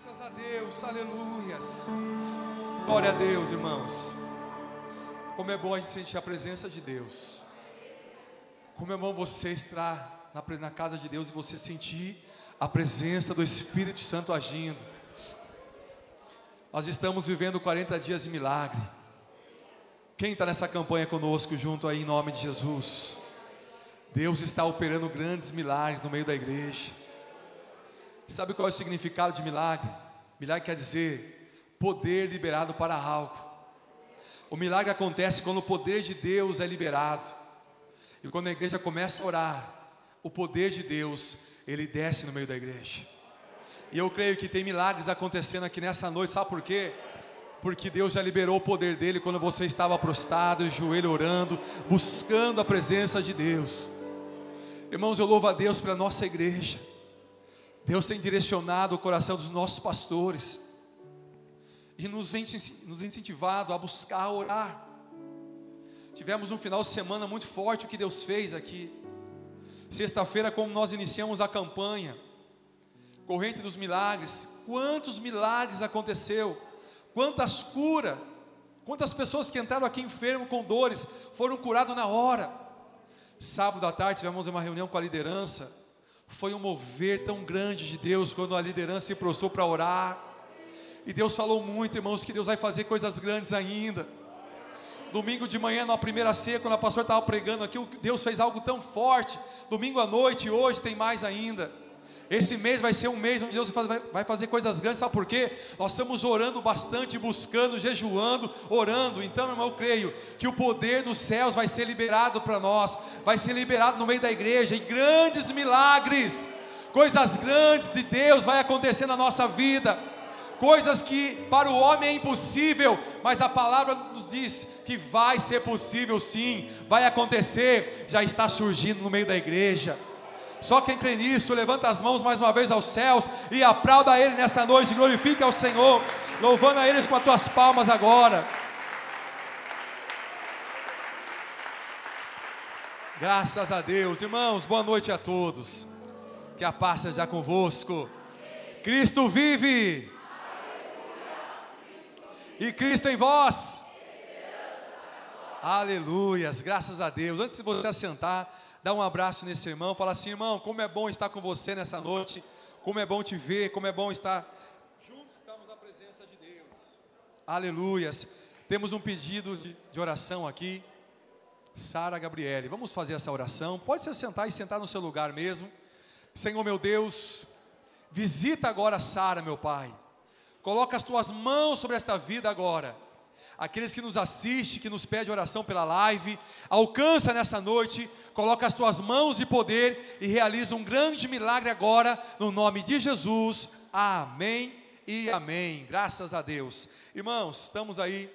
Graças a Deus, aleluias. Glória a Deus, irmãos. Como é bom a gente sentir a presença de Deus. Como é bom você estar na casa de Deus e você sentir a presença do Espírito Santo agindo. Nós estamos vivendo 40 dias de milagre. Quem está nessa campanha conosco junto aí em nome de Jesus? Deus está operando grandes milagres no meio da igreja. Sabe qual é o significado de milagre? Milagre quer dizer poder liberado para algo. O milagre acontece quando o poder de Deus é liberado. E quando a igreja começa a orar, o poder de Deus, ele desce no meio da igreja. E eu creio que tem milagres acontecendo aqui nessa noite, sabe por quê? Porque Deus já liberou o poder dele quando você estava prostrado, de joelho orando, buscando a presença de Deus. Irmãos, eu louvo a Deus pela nossa igreja. Deus tem direcionado o coração dos nossos pastores e nos incentivado a buscar, a orar. Tivemos um final de semana muito forte, o que Deus fez aqui. Sexta-feira, como nós iniciamos a campanha Corrente dos Milagres, quantos milagres aconteceu, quantas curas, quantas pessoas que entraram aqui enfermos com dores, foram curadas na hora. Sábado à tarde tivemos uma reunião com a liderança. Foi um mover tão grande de Deus, quando a liderança se prostrou para orar, e Deus falou muito, irmãos, que Deus vai fazer coisas grandes ainda. Domingo de manhã, na primeira ceia, quando a pastora estava pregando aqui, Deus fez algo tão forte. Domingo à noite, e hoje tem mais ainda. Esse mês vai ser um mês onde Deus vai fazer coisas grandes, sabe por quê? Nós estamos orando bastante, buscando, jejuando, orando. Então, irmão, eu creio que o poder dos céus vai ser liberado para nós, vai ser liberado no meio da igreja, e grandes milagres, coisas grandes de Deus vai acontecer na nossa vida, coisas que para o homem é impossível, mas a palavra nos diz que vai ser possível sim, vai acontecer, já está surgindo no meio da igreja. Só quem crê nisso, levanta as mãos mais uma vez aos céus e aplauda a Ele nessa noite, glorifique ao Senhor, louvando a Ele com as tuas palmas agora. Graças a Deus, irmãos, boa noite a todos, que a paz seja convosco. Cristo vive, e Cristo em vós. Aleluias, graças a Deus. Antes de você assentar, dá um abraço nesse irmão, fala assim: irmão, como é bom estar com você nessa noite, como é bom te ver, como é bom estar juntos, estamos na presença de Deus. Aleluias. Temos um pedido de oração aqui, Sara Gabriele, vamos fazer essa oração. Pode se sentar e sentar no seu lugar mesmo. Senhor meu Deus, visita agora Sara, meu Pai, coloca as tuas mãos sobre esta vida agora. Aqueles que nos assistem, que nos pedem oração pela live, alcança nessa noite, coloca as tuas mãos de poder e realiza um grande milagre agora, no nome de Jesus, amém e amém, graças a Deus. Irmãos, estamos aí,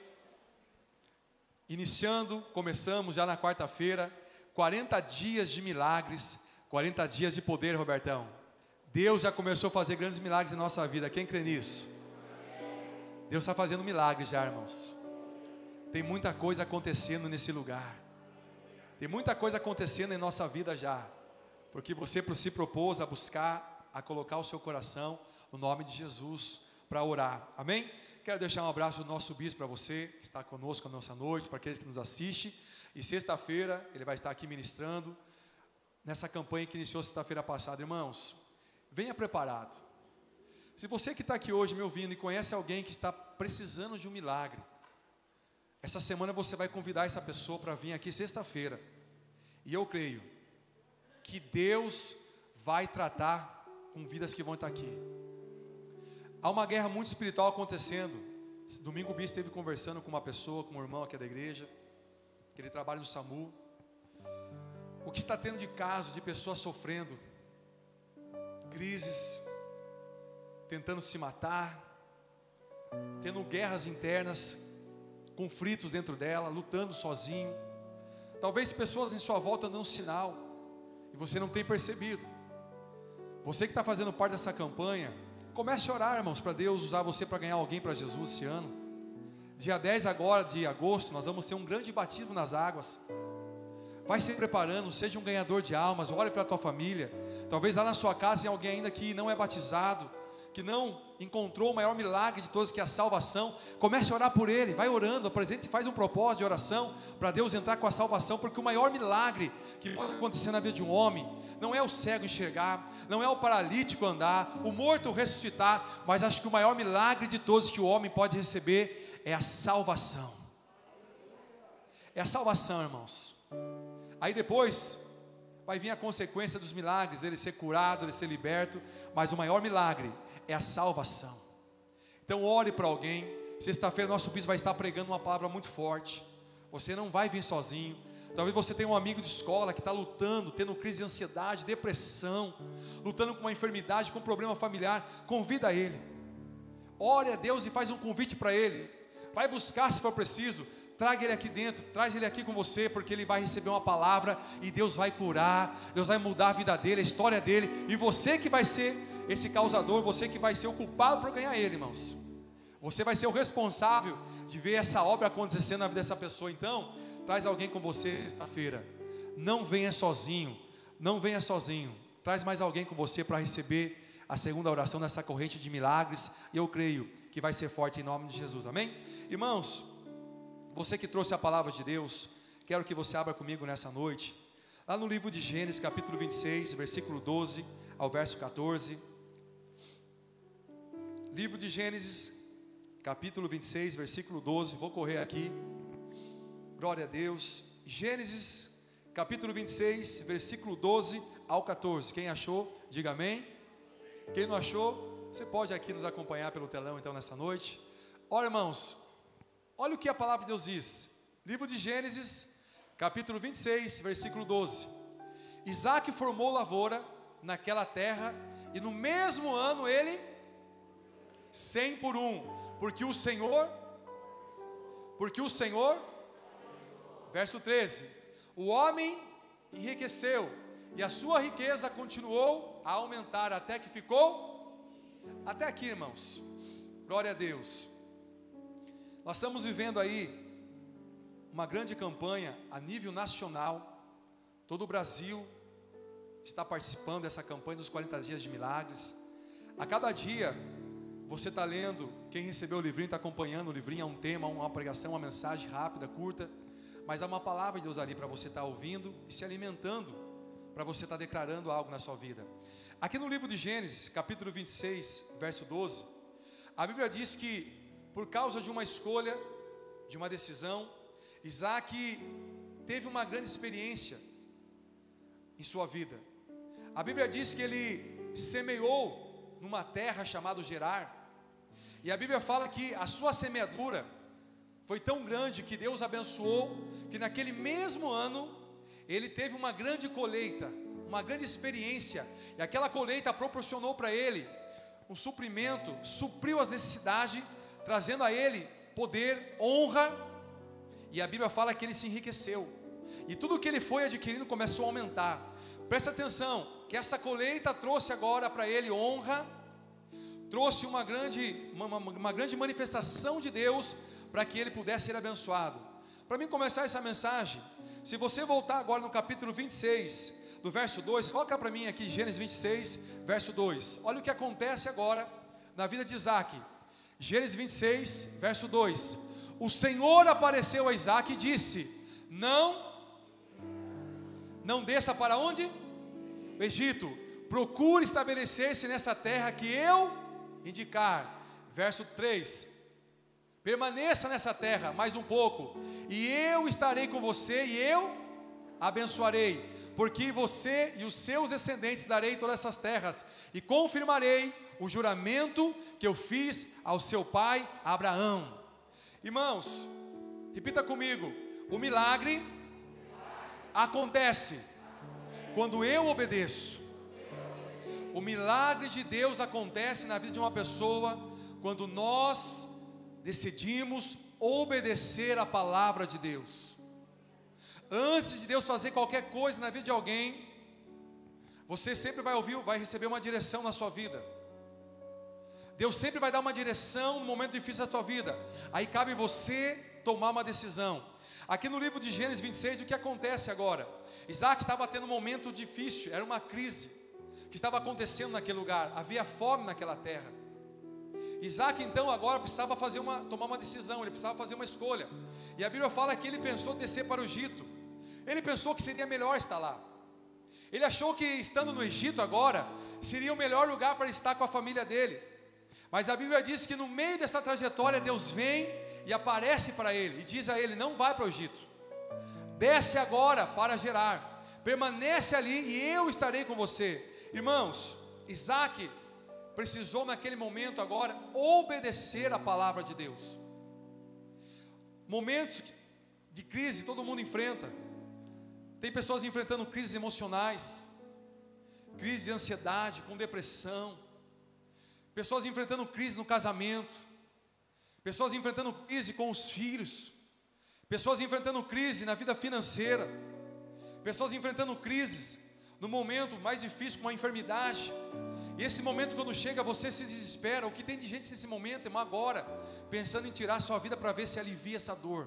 começamos já na quarta-feira, 40 dias de milagres, 40 dias de poder, Robertão. Deus já começou a fazer grandes milagres em nossa vida, quem crê nisso? Deus está fazendo milagres já, irmãos. Tem muita coisa acontecendo nesse lugar. Tem muita coisa acontecendo em nossa vida já. Porque você se propôs a buscar, a colocar o seu coração no nome de Jesus para orar. Amém? Quero deixar um abraço do nosso bispo para você, que está conosco nessa noite, para aqueles que nos assistem. E sexta-feira ele vai estar aqui ministrando nessa campanha que iniciou sexta-feira passada. Irmãos, venha preparado. Se você que está aqui hoje me ouvindo e conhece alguém que está precisando de um milagre, essa semana você vai convidar essa pessoa para vir aqui sexta-feira. E eu creio que Deus vai tratar com vidas que vão estar aqui. Há uma guerra muito espiritual acontecendo. Domingo o bispo esteve conversando com uma pessoa, com um irmão aqui da igreja, que ele trabalha no SAMU. O que está tendo de caso de pessoas sofrendo crises, tentando se matar, tendo guerras internas, conflitos dentro dela, lutando sozinho. Talvez pessoas em sua volta dando um sinal e você não tem percebido. Você que está fazendo parte dessa campanha, comece a orar, irmãos, para Deus usar você para ganhar alguém para Jesus esse ano. Dia 10 agora de agosto, nós vamos ter um grande batismo nas águas. Vai se preparando, seja um ganhador de almas, olhe para a tua família. Talvez lá na sua casa tem alguém ainda que não é batizado, que não encontrou o maior milagre de todos, que é a salvação, comece a orar por ele, vai orando, apresente, faz um propósito de oração, para Deus entrar com a salvação, porque o maior milagre que pode acontecer na vida de um homem, não é o cego enxergar, não é o paralítico andar, o morto ressuscitar, mas acho que o maior milagre de todos que o homem pode receber, é a salvação. É a salvação, irmãos. Aí depois vai vir a consequência dos milagres, dele ser curado, dele ser liberto, mas o maior milagre é a salvação. Então ore para alguém. Sexta-feira nosso bispo vai estar pregando uma palavra muito forte. Você não vai vir sozinho. Talvez você tenha um amigo de escola que está lutando, tendo crise de ansiedade, depressão, lutando com uma enfermidade, com um problema familiar. Convida ele, ore a Deus e faz um convite para ele. Vai buscar se for preciso, traga ele aqui dentro, traz ele aqui com você, porque ele vai receber uma palavra e Deus vai curar, Deus vai mudar a vida dele, a história dele, e você que vai ser esse causador, você que vai ser o culpado por ganhar ele, irmãos. Você vai ser o responsável de ver essa obra acontecendo na vida dessa pessoa. Então, traz alguém com você sexta-feira. Não venha sozinho, não venha sozinho. Traz mais alguém com você para receber a segunda oração nessa corrente de milagres. E eu creio que vai ser forte em nome de Jesus, amém? Irmãos, você que trouxe a palavra de Deus, quero que você abra comigo nessa noite, lá no livro de Gênesis, capítulo 26, versículo 12 ao verso 14. Livro de Gênesis, capítulo 26, versículo 12, vou correr aqui, glória a Deus. Gênesis, capítulo 26, versículo 12 ao 14, quem achou, diga amém. Quem não achou, você pode aqui nos acompanhar pelo telão então nessa noite. Olha, irmãos, olha o que a palavra de Deus diz, livro de Gênesis, capítulo 26, versículo 12. Isaac formou lavoura naquela terra, e no mesmo ano ele 100 por 1, porque o Senhor, verso 13, o homem enriqueceu, e a sua riqueza continuou a aumentar, até que ficou, até aqui, irmãos, glória a Deus. Nós estamos vivendo aí uma grande campanha a nível nacional, todo o Brasil está participando dessa campanha dos 40 dias de milagres. A cada dia você está lendo, quem recebeu o livrinho está acompanhando o livrinho, é um tema, uma pregação, uma mensagem rápida, curta, mas há uma palavra de Deus ali para você estar ouvindo e se alimentando, para você estar declarando algo na sua vida. Aqui no livro de Gênesis, capítulo 26, verso 12, a Bíblia diz que por causa de uma escolha, de uma decisão, Isaac teve uma grande experiência em sua vida. A Bíblia diz que ele semeou numa terra chamada Gerar, e a Bíblia fala que a sua semeadura foi tão grande que Deus abençoou, que naquele mesmo ano ele teve uma grande colheita, uma grande experiência, e aquela colheita proporcionou para ele um suprimento, supriu as necessidades, trazendo a ele poder, honra, e a Bíblia fala que ele se enriqueceu, e tudo que ele foi adquirindo começou a aumentar. Presta atenção, que essa colheita trouxe agora para ele honra, trouxe uma grande manifestação de Deus, para que ele pudesse ser abençoado. Para mim começar essa mensagem, se você voltar agora no capítulo 26, do verso 2, coloca para mim aqui Gênesis 26, verso 2, olha o que acontece agora na vida de Isaac. Gênesis 26, verso 2, o Senhor apareceu a Isaac e disse, não desça para onde? O Egito, procure estabelecer-se nessa terra que eu indicar. Verso 3, permaneça nessa terra mais um pouco, e eu estarei com você, e eu abençoarei, porque você e os seus descendentes darei todas essas terras, e confirmarei o juramento que eu fiz ao seu pai Abraão. Irmãos, repita comigo, o milagre acontece quando eu obedeço. O milagre de Deus acontece na vida de uma pessoa quando nós decidimos obedecer a palavra de Deus. Antes de Deus fazer qualquer coisa na vida de alguém, você sempre vai ouvir, vai receber uma direção na sua vida. Deus sempre vai dar uma direção no momento difícil da sua vida. Aí cabe você tomar uma decisão. Aqui no livro de Gênesis 26, o que acontece agora? Isaac estava tendo um momento difícil, era uma crise que estava acontecendo naquele lugar, havia fome naquela terra. Isaac então agora precisava tomar uma decisão, ele precisava fazer uma escolha. E a Bíblia fala que ele pensou descer para o Egito. Ele pensou que seria melhor estar lá. Ele achou que estando no Egito agora seria o melhor lugar para estar com a família dele. Mas a Bíblia diz que no meio dessa trajetória Deus vem e aparece para ele e diz a ele: não vai para o Egito, desce agora para Gerar, permanece ali e eu estarei com você. Irmãos, Isaac precisou naquele momento agora obedecer a palavra de Deus. Momentos de crise todo mundo enfrenta. Tem pessoas enfrentando crises emocionais, crise de ansiedade, com depressão, pessoas enfrentando crise no casamento, pessoas enfrentando crise com os filhos, pessoas enfrentando crise na vida financeira, pessoas enfrentando crises no momento mais difícil com uma enfermidade. E esse momento, quando chega, você se desespera. O que tem de gente nesse momento, irmão, agora pensando em tirar sua vida para ver se alivia essa dor.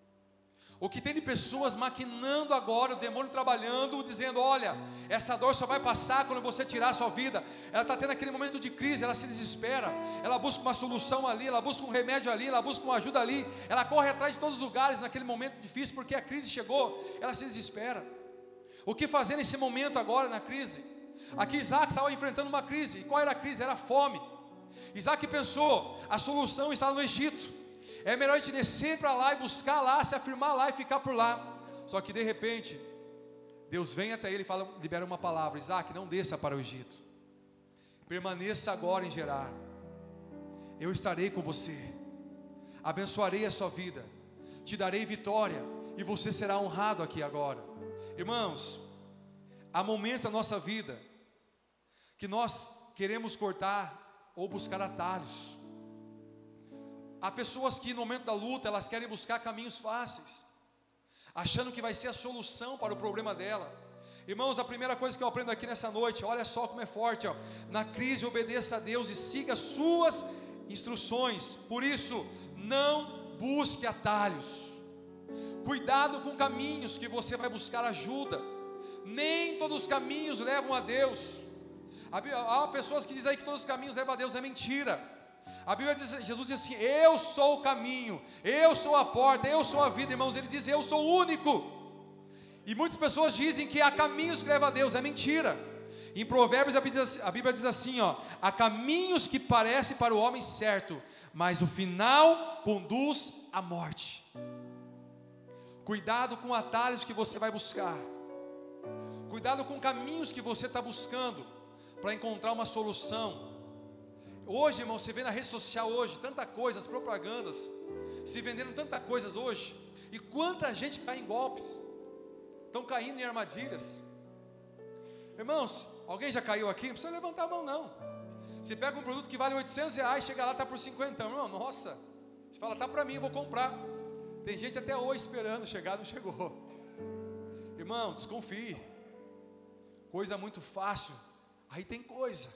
O que tem de pessoas maquinando agora, o demônio trabalhando, dizendo: olha, essa dor só vai passar quando você tirar a sua vida. Ela está tendo aquele momento de crise, ela se desespera, ela busca uma solução ali, ela busca um remédio ali, ela busca uma ajuda ali, ela corre atrás de todos os lugares naquele momento difícil, porque a crise chegou, ela se desespera. O que fazer nesse momento agora na crise? Aqui Isaac estava enfrentando uma crise. E qual era a crise? Era a fome. Isaac pensou: a solução está no Egito, é melhor a gente descer para lá e buscar lá, se afirmar lá e ficar por lá. Só que de repente Deus vem até ele e fala, libera uma palavra: Isaac, não desça para o Egito, permaneça agora em Gerar, eu estarei com você, abençoarei a sua vida, te darei vitória e você será honrado aqui agora. Irmãos, há momentos na nossa vida que nós queremos cortar ou buscar atalhos. Há pessoas que no momento da luta elas querem buscar caminhos fáceis, achando que vai ser a solução para o problema dela. Irmãos, a primeira coisa que eu aprendo aqui nessa noite, olha só como é forte, ó. Na crise obedeça a Deus e siga suas instruções. Por isso, não busque atalhos. Cuidado com caminhos que você vai buscar ajuda. Nem todos os caminhos levam a Deus. Há pessoas que dizem aí que todos os caminhos levam a Deus, é mentira. A Bíblia diz, Jesus diz assim: eu sou o caminho, eu sou a porta, eu sou a vida. Irmãos, ele diz: eu sou o único. E muitas pessoas dizem que há caminhos que levam a Deus, é mentira. Em Provérbios a Bíblia diz assim, ó: há caminhos que parecem para o homem certo, mas o final conduz à morte. Cuidado com atalhos que você vai buscar. Cuidado com caminhos que você está buscando para encontrar uma solução. Hoje, irmão, você vê na rede social hoje tanta coisa, as propagandas se vendendo tanta coisas hoje. E quanta gente cai em golpes, estão caindo em armadilhas. Irmãos, alguém já caiu aqui? Não precisa levantar a mão não. Você pega um produto que vale R$800, chega lá, está por 50, irmão, nossa. Você fala, tá para mim, eu vou comprar. Tem gente até hoje esperando chegar, não chegou. Irmão, desconfie. Coisa muito fácil, aí tem coisa.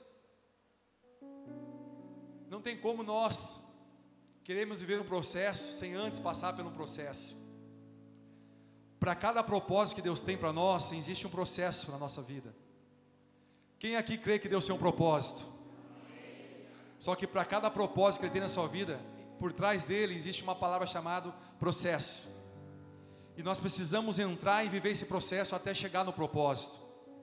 Não tem como nós queremos viver um processo sem antes passar por um processo. Para cada propósito que Deus tem para nós, existe um processo na nossa vida. Quem aqui crê que Deus tem um propósito? Só que para cada propósito que Ele tem na sua vida, por trás dele existe uma palavra chamada processo. E nós precisamos entrar e viver esse processo até chegar no propósito.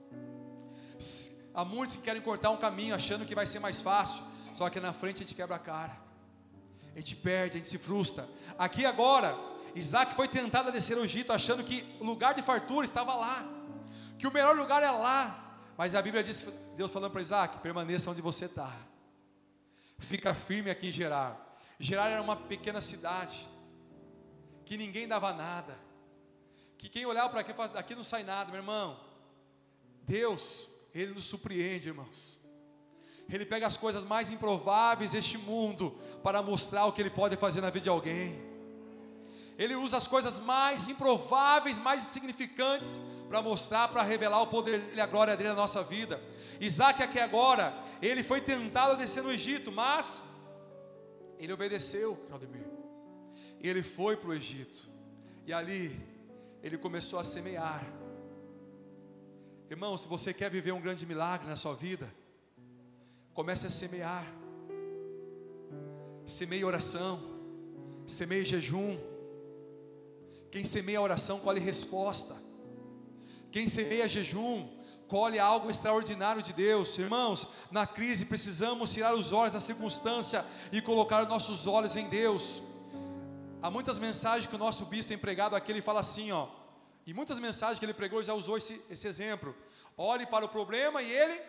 Há muitos que querem cortar um caminho achando que vai ser mais fácil, só que na frente a gente quebra a cara, a gente perde, a gente se frustra. Aqui agora, Isaac foi tentado a descer ao Egito, achando que o lugar de fartura estava lá, que o melhor lugar é lá. Mas a Bíblia diz, Deus falando para Isaac: permaneça onde você está, fica firme aqui em Gerar. Gerar era uma pequena cidade, que ninguém dava nada, que quem olhava para aqui, daqui não sai nada, meu irmão. Deus, Ele nos surpreende, irmãos. Ele pega as coisas mais improváveis deste mundo para mostrar o que Ele pode fazer na vida de alguém. Ele usa as coisas mais improváveis, mais insignificantes, para mostrar, para revelar o poder dele, a glória dele na nossa vida. Isaac aqui agora, ele foi tentado a descer no Egito, mas ele obedeceu, Claudemir. Ele foi para o Egito, e ali ele começou a semear. Irmão, se você quer viver um grande milagre na sua vida, comece a semear. semeie oração, semeie jejum. Quem semeia oração colhe resposta. Quem semeia jejum colhe algo extraordinário de Deus. Irmãos, na crise precisamos tirar os olhos da circunstância e colocar nossos olhos em Deus. Há muitas mensagens que o nosso bispo tem pregado aqui, ele fala assim, ó, e muitas mensagens que ele pregou, ele já usou esse exemplo. Olhe para o problema e ele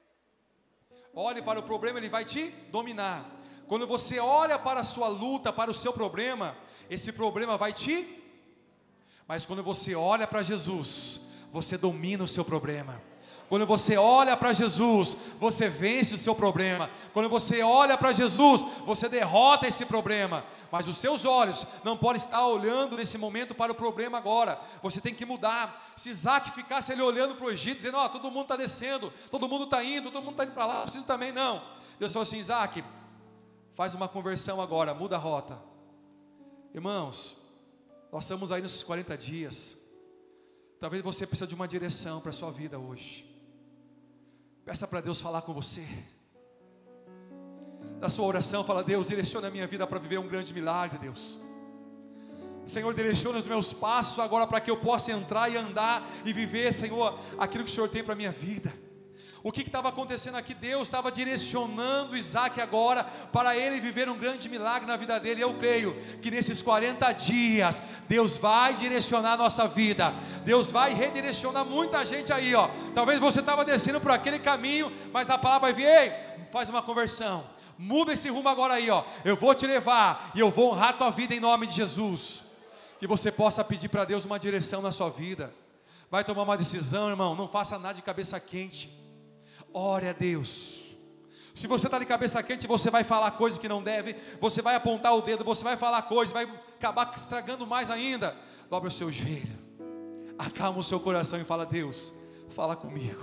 vai te dominar. Quando você olha para a sua luta, para o seu problema, esse problema vai te... Mas quando você olha para Jesus, você domina o seu problema. Quando você olha para Jesus, você vence o seu problema. Quando você olha para Jesus, você derrota esse problema. Mas os seus olhos não podem estar olhando nesse momento para o problema agora. Você tem que mudar. Se Isaac ficasse ali olhando para o Egito, dizendo, ó, todo mundo está descendo, todo mundo está indo, todo mundo está indo para lá, não preciso também não. Deus falou assim, Isaac, faz uma conversão agora, muda a rota. Irmãos, nós estamos aí nesses 40 dias. Talvez você precise de uma direção para a sua vida hoje. Peça para Deus falar com você. Na sua oração, fala, Deus, direciona a minha vida para viver um grande milagre, Deus. Senhor, direciona os meus passos agora para que eu possa entrar e andar e viver, Senhor, aquilo que o Senhor tem para a minha vida. O que estava acontecendo aqui? Deus estava direcionando Isaac agora para ele viver um grande milagre na vida dele. Eu creio que nesses 40 dias Deus vai direcionar a nossa vida. Deus vai redirecionar muita gente aí, ó. Talvez você estava descendo por aquele caminho, mas a palavra vai vir, ei, faz uma conversão, muda esse rumo agora aí, ó. Eu vou te levar e eu vou honrar a tua vida em nome de Jesus. Que você possa pedir para Deus uma direção na sua vida. Vai tomar uma decisão, irmão, não faça nada de cabeça quente. Ore a Deus. Se você está de cabeça quente, você vai falar coisas que não deve, você vai apontar o dedo, você vai falar coisas, vai acabar estragando mais ainda. Dobre o seu joelho, acalma o seu coração e fala, Deus, fala comigo.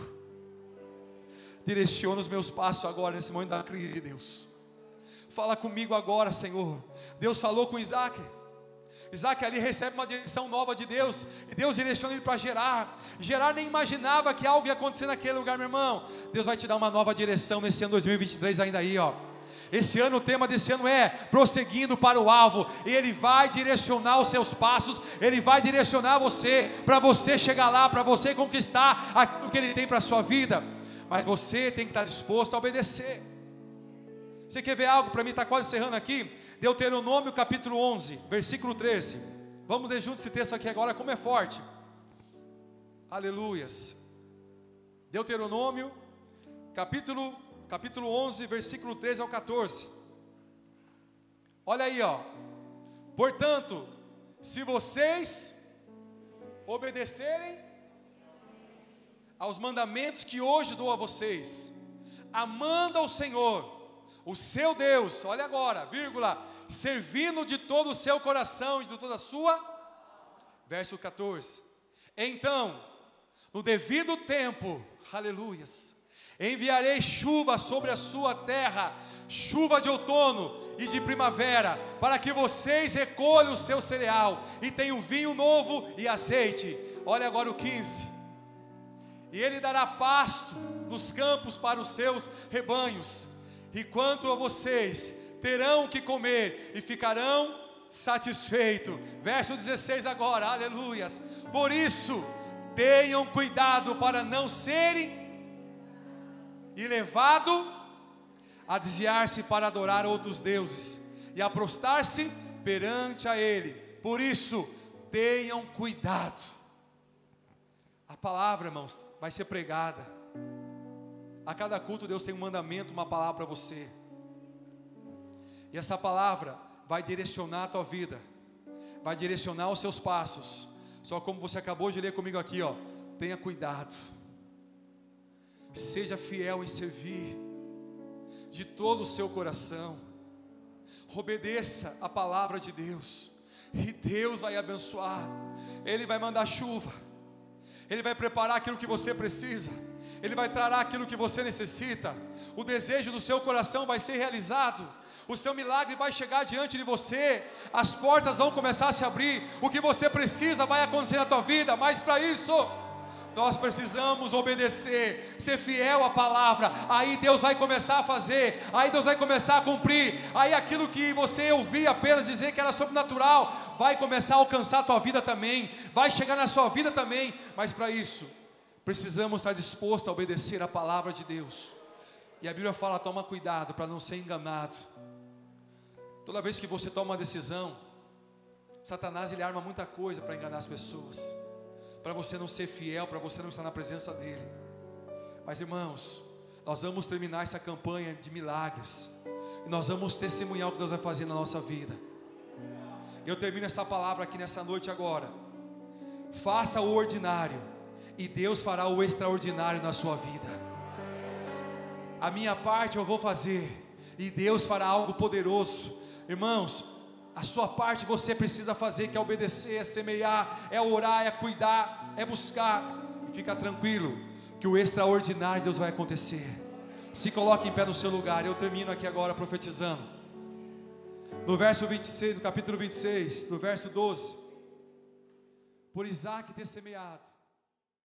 Direciona os meus passos agora, nesse momento da crise, Deus. Fala comigo agora, Senhor. Deus falou com Isaac. Isaac ali recebe uma direção nova de Deus, e Deus direciona ele para Gerar. Gerar nem imaginava que algo ia acontecer naquele lugar, meu irmão. Deus vai te dar uma nova direção nesse ano 2023 ainda aí, ó. Esse ano, o tema desse ano é prosseguindo para o alvo. Ele vai direcionar os seus passos, Ele vai direcionar você, para você chegar lá, para você conquistar aquilo que Ele tem para a sua vida. Mas você tem que estar disposto a obedecer. Você quer ver algo? Para mim está quase encerrando aqui. Deuteronômio capítulo 11, versículo 13. Vamos ler junto esse texto aqui agora, como é forte. Aleluias. Deuteronômio capítulo 11, versículo 13 ao 14. Olha aí, ó. Portanto, se vocês obedecerem aos mandamentos que hoje dou a vocês, amando ao Senhor, o seu Deus, olha agora, vírgula, servindo de todo o seu coração e de toda a sua, verso 14, então, no devido tempo, aleluias, enviarei chuva sobre a sua terra, chuva de outono e de primavera, para que vocês recolham o seu cereal, e tenham vinho novo e azeite. Olha agora o 15, e ele dará pasto nos campos para os seus rebanhos, e quanto a vocês, terão o que comer e ficarão satisfeitos. Verso 16 agora, aleluias. Por isso, tenham cuidado para não serem levados a desviar-se para adorar outros deuses e a prostrar-se perante a Ele. Por isso, tenham cuidado. A palavra, irmãos, vai ser pregada. A cada culto Deus tem um mandamento, uma palavra para você. E essa palavra vai direcionar a tua vida, vai direcionar os seus passos. Só como você acabou de ler comigo aqui, ó, tenha cuidado. Seja fiel em servir de todo o seu coração. Obedeça a palavra de Deus, e Deus vai abençoar. Ele vai mandar chuva, Ele vai preparar aquilo que você precisa, Ele vai trará aquilo que você necessita. O desejo do seu coração vai ser realizado. O seu milagre vai chegar diante de você. As portas vão começar a se abrir. O que você precisa vai acontecer na tua vida. Mas para isso, Nós precisamos obedecer, ser fiel à palavra. Aí Deus vai começar a fazer, aí Deus vai começar a cumprir. Aí aquilo que você ouvia apenas dizer que era sobrenatural, vai começar a alcançar a tua vida também, vai chegar na sua vida também. Mas para isso, precisamos estar dispostos a obedecer a palavra de Deus. E a Bíblia fala, toma cuidado para não ser enganado. Toda vez que você toma uma decisão, Satanás ele arma muita coisa para enganar as pessoas, para você não ser fiel, para você não estar na presença dele. Mas irmãos, nós vamos terminar essa campanha de milagres, e nós vamos testemunhar o que Deus vai fazer na nossa vida. Eu termino essa palavra aqui nessa noite agora. Faça o ordinário, e Deus fará o extraordinário na sua vida. A minha parte eu vou fazer, e Deus fará algo poderoso. Irmãos, a sua parte você precisa fazer, que é obedecer, é semear, é orar, é cuidar, é buscar. E fica tranquilo, que o extraordinário de Deus vai acontecer. Se coloque em pé no seu lugar. Eu termino aqui agora profetizando. No verso 26, no capítulo 26, no verso 12. Por Isaac ter semeado,